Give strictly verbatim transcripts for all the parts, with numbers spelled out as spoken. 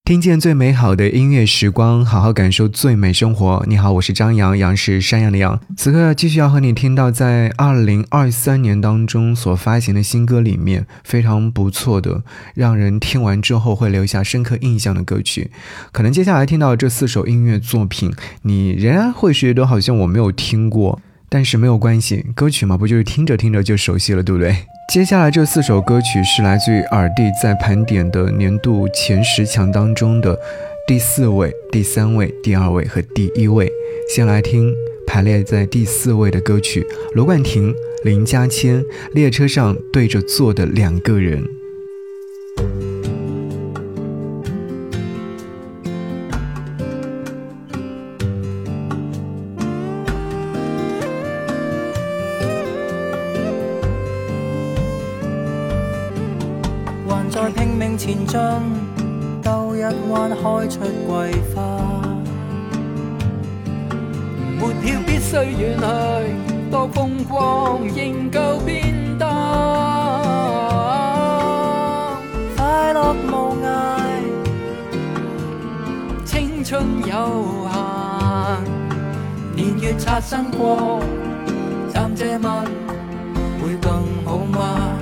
听见最美好的音乐时光，好好感受最美生活。你好，我是张扬，杨是山羊的羊。此刻继续要和你听到在二零二三年当中所发行的新歌里面非常不错的，让人听完之后会留下深刻印象的歌曲。可能接下来听到这四首音乐作品，你仍然会觉得好像我没有听过，但是没有关系，歌曲嘛，不就是听着听着就熟悉了，对不对？接下来这四首歌曲是来自于耳帝在盘点的年度前十强当中的第四位、第三位、第二位和第一位。先来听排列在第四位的歌曲，罗冠廷、林嘉谦，列车上对着坐的两个人。 在拼命前進，兜一彎開出桂花。沒票必須遠去，多風光仍舊變淡。快樂無涯，青春有限，年月擦身過，暫借問會更好嗎？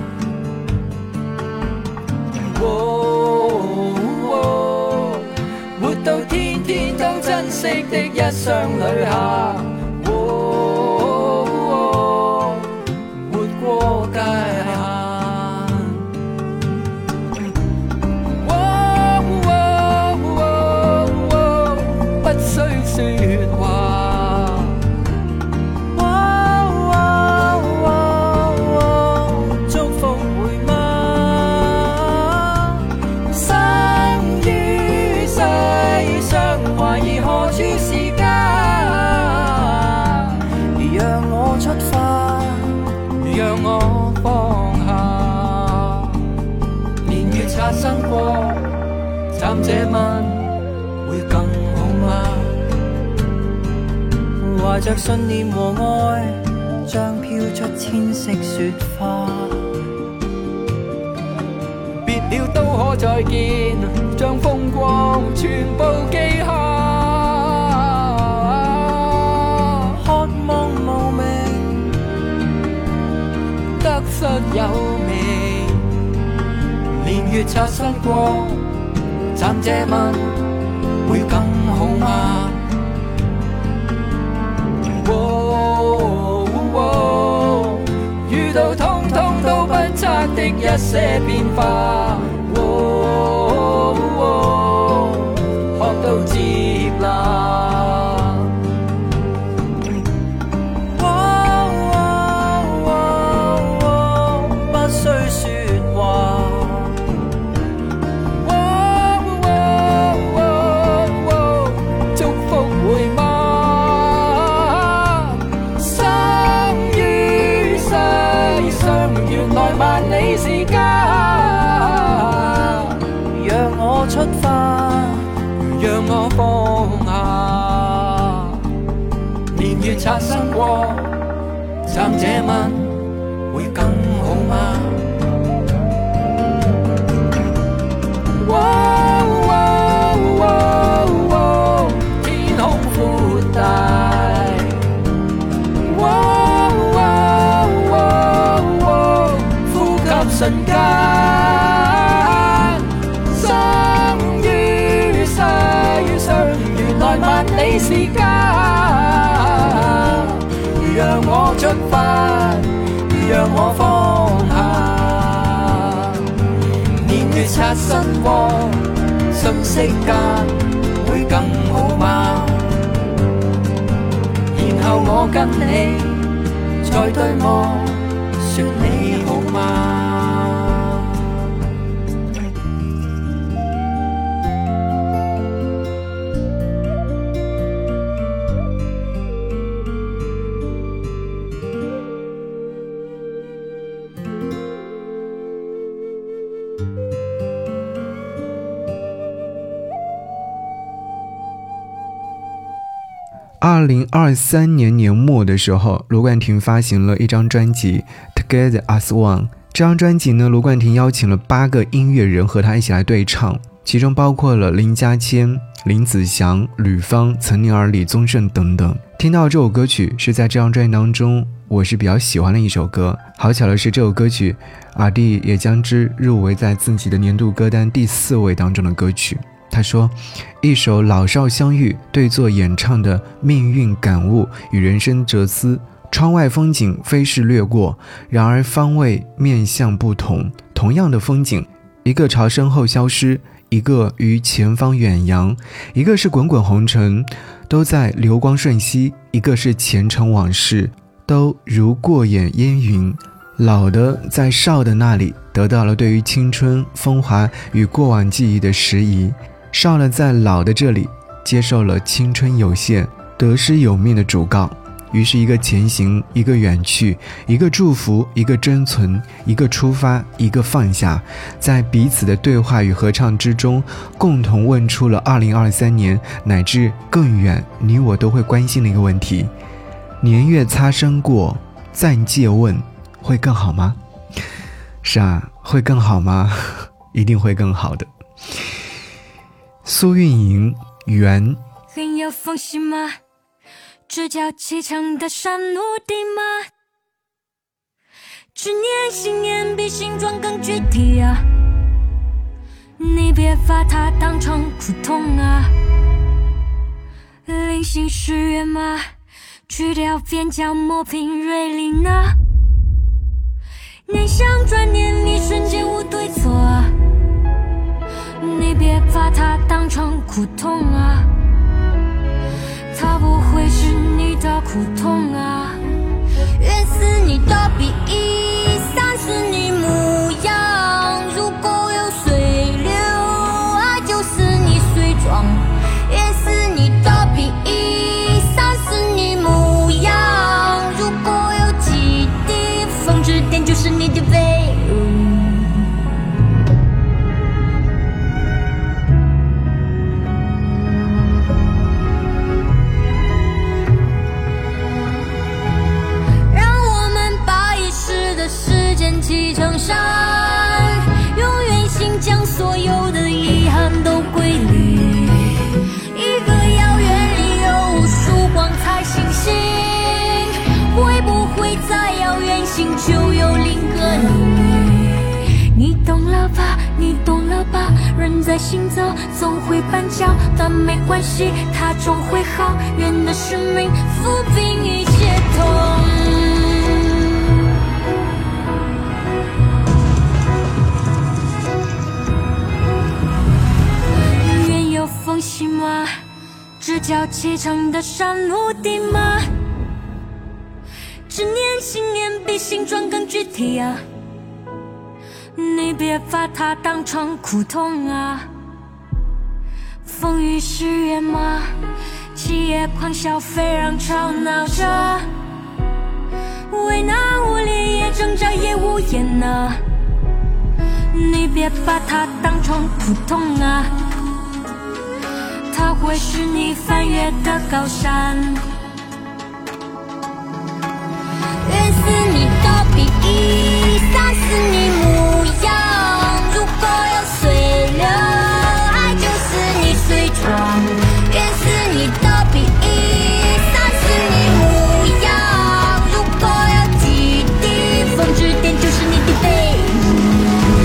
哦哦、活到天天都珍惜的一雙旅客、哦哦、活過界限、哦哦哦哦、不需說話、哦哦哦、祝福會嗎？懷疑何處是家，讓我出發，讓我放下。年月擦身過，暫借問會更好嗎？懷着信念和愛，將飄出千色雪花。別了都可再見，將風光全部記下。渴望無名，得失有味。年月擦身過，暫借問會更好嗎？哦哦、遇到通通都不測的一些變化。哦哦、學到接納、哦哦哦、不需說話、哦哦哦、祝福會嗎？生於世上原來萬里是家，讓我出發，讓我放下。年月擦身過，暫借問會更好嗎？哦哦哦、天空闊大，哦哦哦、呼吸瞬間。萬里是家，讓我出發，讓我放下。年月擦身過，瞬息間會更好嗎？然後我跟你再對望，說你好嗎？ 二零二三年年末的时候，罗冠廷发行了一张专辑 Together as One。这张专辑呢，罗冠廷邀请了八个音乐人和他一起来对唱， 其中包括了林家谦、林子祥、吕方、岑宁儿、李宗盛等等。听到这首歌曲是在这张专辑当中我是比较喜欢的一首歌。好巧的是，这首歌曲阿弟也将之入围在自己的年度歌单第四位当中的歌曲。他说，一首老少相遇对作演唱的命运感悟与人生哲思，窗外风景飞逝掠过，然而方位面向不同，同样的风景，一个朝身后消失，一个于前方远扬，一个是滚滚红尘，都在流光瞬息，一个是前尘往事，都如过眼烟云。老的在少的那里得到了对于青春风华与过往记忆的拾遗，少的在老的这里接受了青春有限得失有命的忠告。于是一个前行，一个远去，一个祝福，一个珍存，一个出发，一个放下，在彼此的对话与合唱之中，共同问出了二零二三年乃至更远你我都会关心的一个问题：年月擦身过，再借问会更好吗？是啊，会更好吗？一定会更好的。苏运莹，缘。 很有缝隙吗？直角启程的山路地吗？执念信念比形状更具体啊，你别把它当成苦痛啊。灵性是源吗？去掉边角磨平锐利呢。念想转念你瞬间无对错啊，你别把它当成苦痛啊，它不会是你的苦痛啊。愿似你的笔意，散是你模样，如果有水流，爱就是你水装。愿似你的笔意，散是你模样，如果有几滴风之点，就是你的飞。砌成山，用圆心将所有的遗憾都归零。一个遥远里有无数光彩星星，会不会在遥远星球有另个你？你懂了吧，你懂了吧，人在行走总会绊脚，但没关系，它终会好。愿的使命抚平一切痛。缝隙吗？直角启程的山路地吗？执念信念比形状更具体啊，你别把它当成苦痛啊。风雨是源吗？企业狂笑飞让吵闹着，为难无力也挣扎也无言啊，你别把它当成苦痛啊，它会是你翻越的高山。愿似你的笔意，散是你模样，如果有水流，爱就是你水装。愿似你的笔意，散是你模样，如果有几滴风之点，就是你的背影。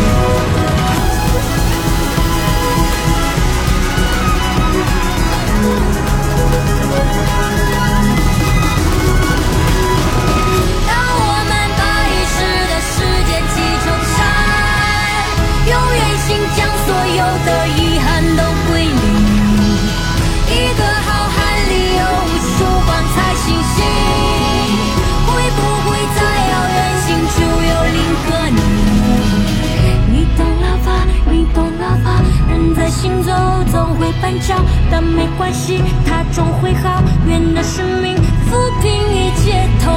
行走总会绊脚，但没关系，它终会好。愿的使命抚平一切痛。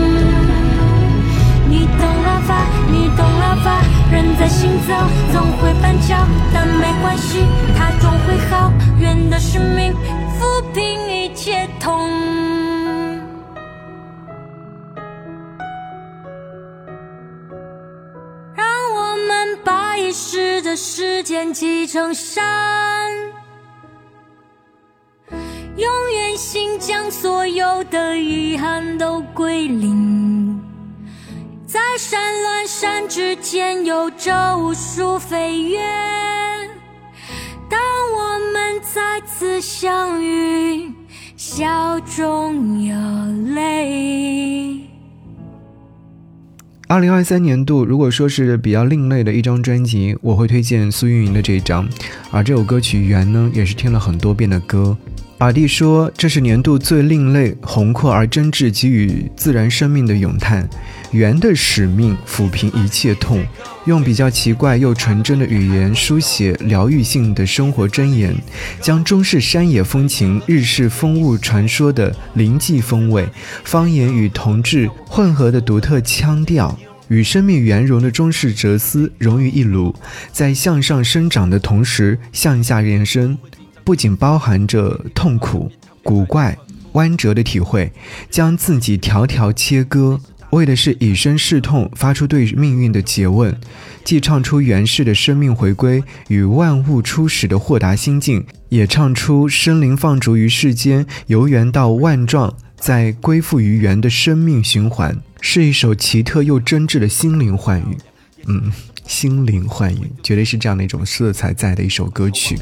你懂了吧，你懂了吧，人在行走总会绊脚，但没关系，它终会好。愿的使命抚平一切痛。让我们把遗失着时间积成山，永远心将所有的遗憾都归零，在山峦山之间有着无数飞跃，当我们再次相遇，笑中有泪。 二零二三年度如果说是比较另类的一张专辑，我会推荐苏运莹的这一张，而这首歌曲《缘》呢，也是听了很多遍的歌。尔弟说这是年度最另类、宏阔而真挚给予自然生命的咏叹，缘的使命抚平一切痛，用比较奇怪又纯真的语言书写疗愈性的生活箴言，将中式山野风情、日式风物传说的灵迹风味、方言与同志混合的独特腔调，与生命圆融的中式哲思融于一炉，在向上生长的同时向下延伸，不仅包含着痛苦、古怪、弯折的体会，将自己条条切割，为的是以身试痛，发出对命运的诘问，既唱出原始的生命回归与万物初始的豁达心境，也唱出生灵放逐于世间，由缘到万状，再归附于缘的生命循环，是一首奇特又真挚的心灵幻语。嗯，心灵幻语绝对是这样的一种色彩在的一首歌曲。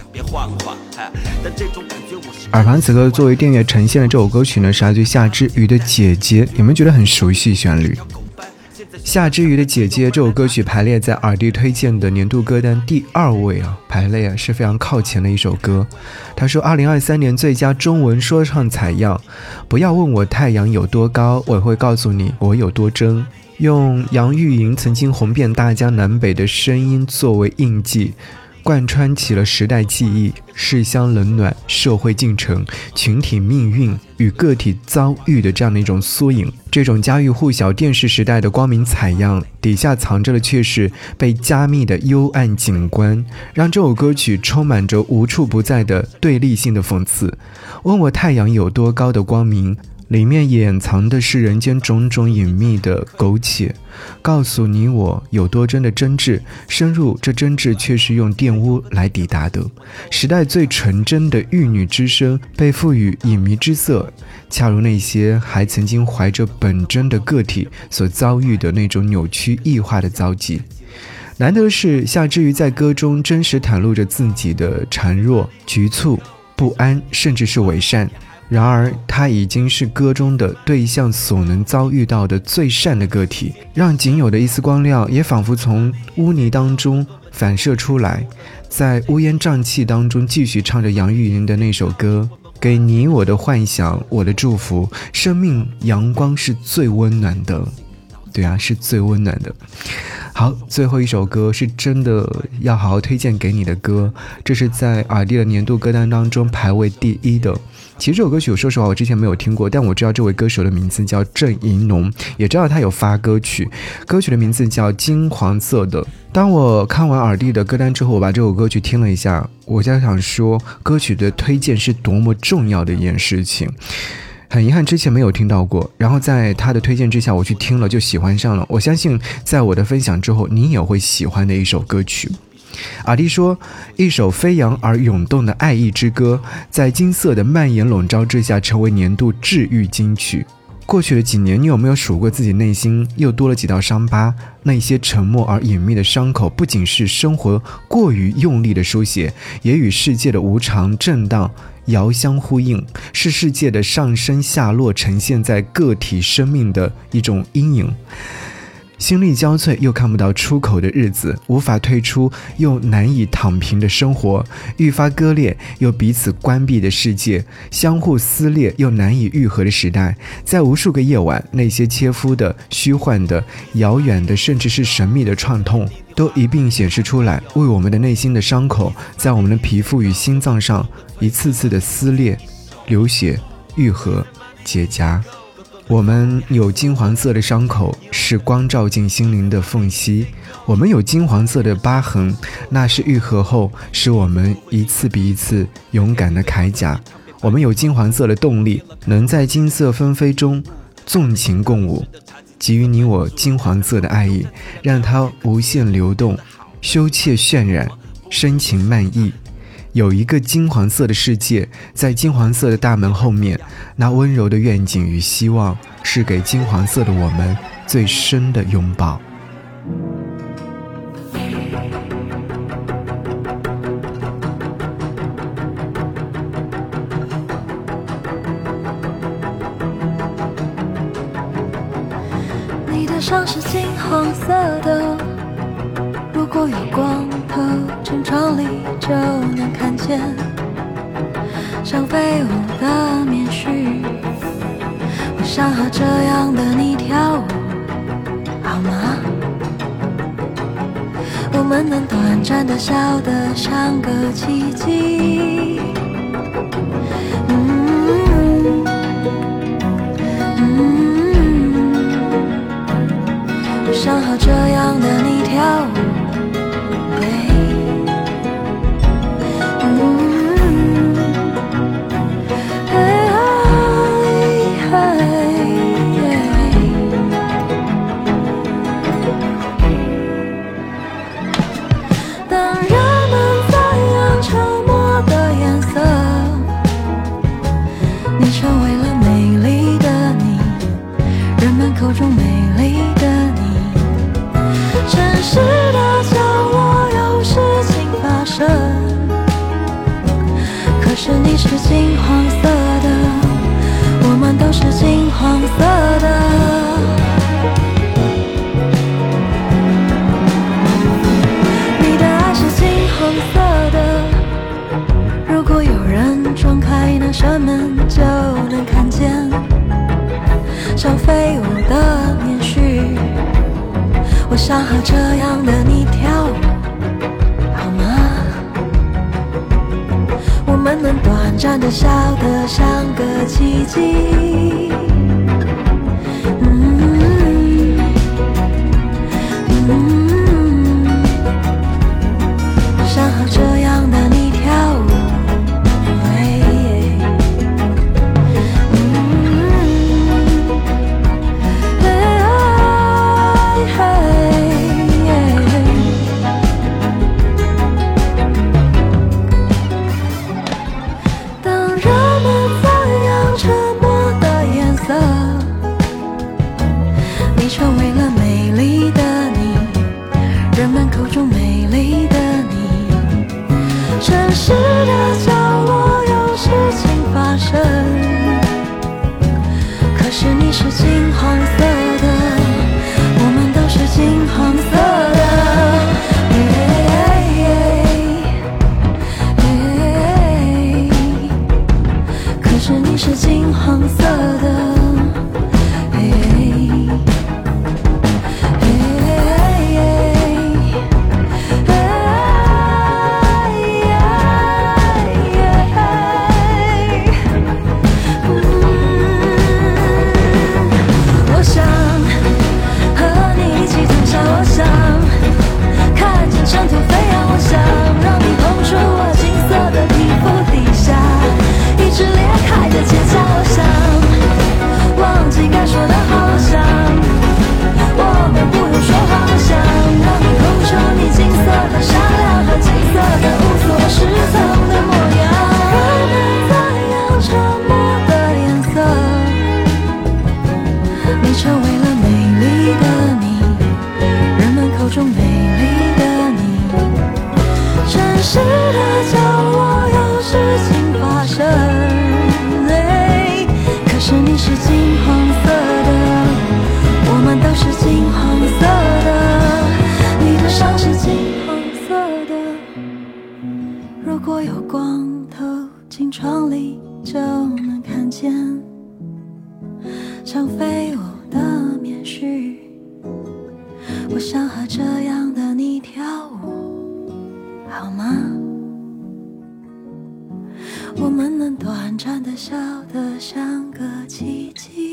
耳旁此刻作为电乐呈现的这首歌曲呢，是来自夏之瑜的姐姐，有没有觉得很熟悉旋律？夏之瑜的姐姐这首歌曲排列在耳弟推荐的年度歌单第二位啊，排列啊是非常靠前的一首歌。他说二零二三年最佳中文说唱采样，不要问我太阳有多高，我会告诉你我有多真，用杨钰莹曾经红遍大江南北的声音作为印记，贯穿起了时代记忆、世乡冷暖、社会进程、群体命运与个体遭遇的这样的一种缩影。这种家喻户晓电视时代的光明采样，底下藏着的却是被加密的幽暗景观，让这首歌曲充满着无处不在的对立性的讽刺。问我太阳有多高的光明，里面掩藏的是人间种种隐秘的苟且，告诉你我有多真的真挚，深入这真挚却是用玷污来抵达的。时代最纯真的玉女之声被赋予隐秘之色，恰如那些还曾经怀着本真的个体所遭遇的那种扭曲异化的遭际。难得是夏之瑜在歌中真实袒露着自己的孱弱、局促、不安，甚至是伪善。然而他已经是歌中的对象所能遭遇到的最善的个体，让仅有的一丝光亮也仿佛从污泥当中反射出来，在乌烟瘴气当中继续唱着杨钰莹的那首歌，给你我的幻想，我的祝福，生命阳光是最温暖的。对啊，是最温暖的。好，最后一首歌是真的要好好推荐给你的歌，这是在耳弟的年度歌单当中排位第一的。其实这首歌曲说实话我之前没有听过，但我知道这位歌手的名字叫郑怡农，也知道他有发歌曲，歌曲的名字叫金黄色的。当我看完耳弟的歌单之后，我把这首歌曲听了一下，我在想说歌曲的推荐是多么重要的一件事情。很遗憾之前没有听到过，然后在他的推荐之下我去听了，就喜欢上了。我相信在我的分享之后你也会喜欢的一首歌曲。阿弟说，一首飞扬而涌动的爱意之歌，在金色的蔓延笼罩之下成为年度治愈金曲。过去的几年，你有没有数过自己内心又多了几道伤疤？那些沉默而隐秘的伤口，不仅是生活过于用力的书写，也与世界的无常震荡遥相呼应，是世界的上升下落呈现在个体生命的一种阴影。心力交瘁又看不到出口的日子，无法退出又难以躺平的生活，愈发割裂又彼此关闭的世界，相互撕裂又难以愈合的时代，在无数个夜晚，那些切肤的、虚幻的、遥远的，甚至是神秘的创痛，都一并显示出来，为我们的内心的伤口，在我们的皮肤与心脏上一次次的撕裂、流血、愈合、结痂。我们有金黄色的伤口，是光照进心灵的缝隙；我们有金黄色的疤痕，那是愈合后使我们一次比一次勇敢的铠甲。我们有金黄色的动力，能在金色纷飞中纵情共舞，给予你我金黄色的爱意，让它无限流动， 羞怯渲染，深情漫溢。有一个金黄色的世界，在金黄色的大门后面，那温柔的愿景与希望，是给金黄色的我们最深的拥抱。 你的伤是金黄色的，如果有光透进窗里就能看见，像飞舞的棉絮。我想和这样的你跳舞，好吗？我们能短暂的笑得像个奇迹。嗯嗯，我想和这样的你跳舞。是你是金黄色的，我们都是金黄色的。你的爱是金黄色的，如果有人撞开那扇门，就能看见像飞舞的棉絮。我想和这样的你跳舞，好吗？我们能短暂的笑得像个奇迹。嗯嗯，想和这样的你跳舞。你成为了美丽的你，人们口中美丽的你。城市的角落有事情发生，可是你是金黄色的，我们都是金黄色的。可是你是金黄色的。如果有光透进窗里，就能看见像飞舞的棉絮。我想和这样的你跳舞，好吗？我们能短暂的笑得像个奇迹。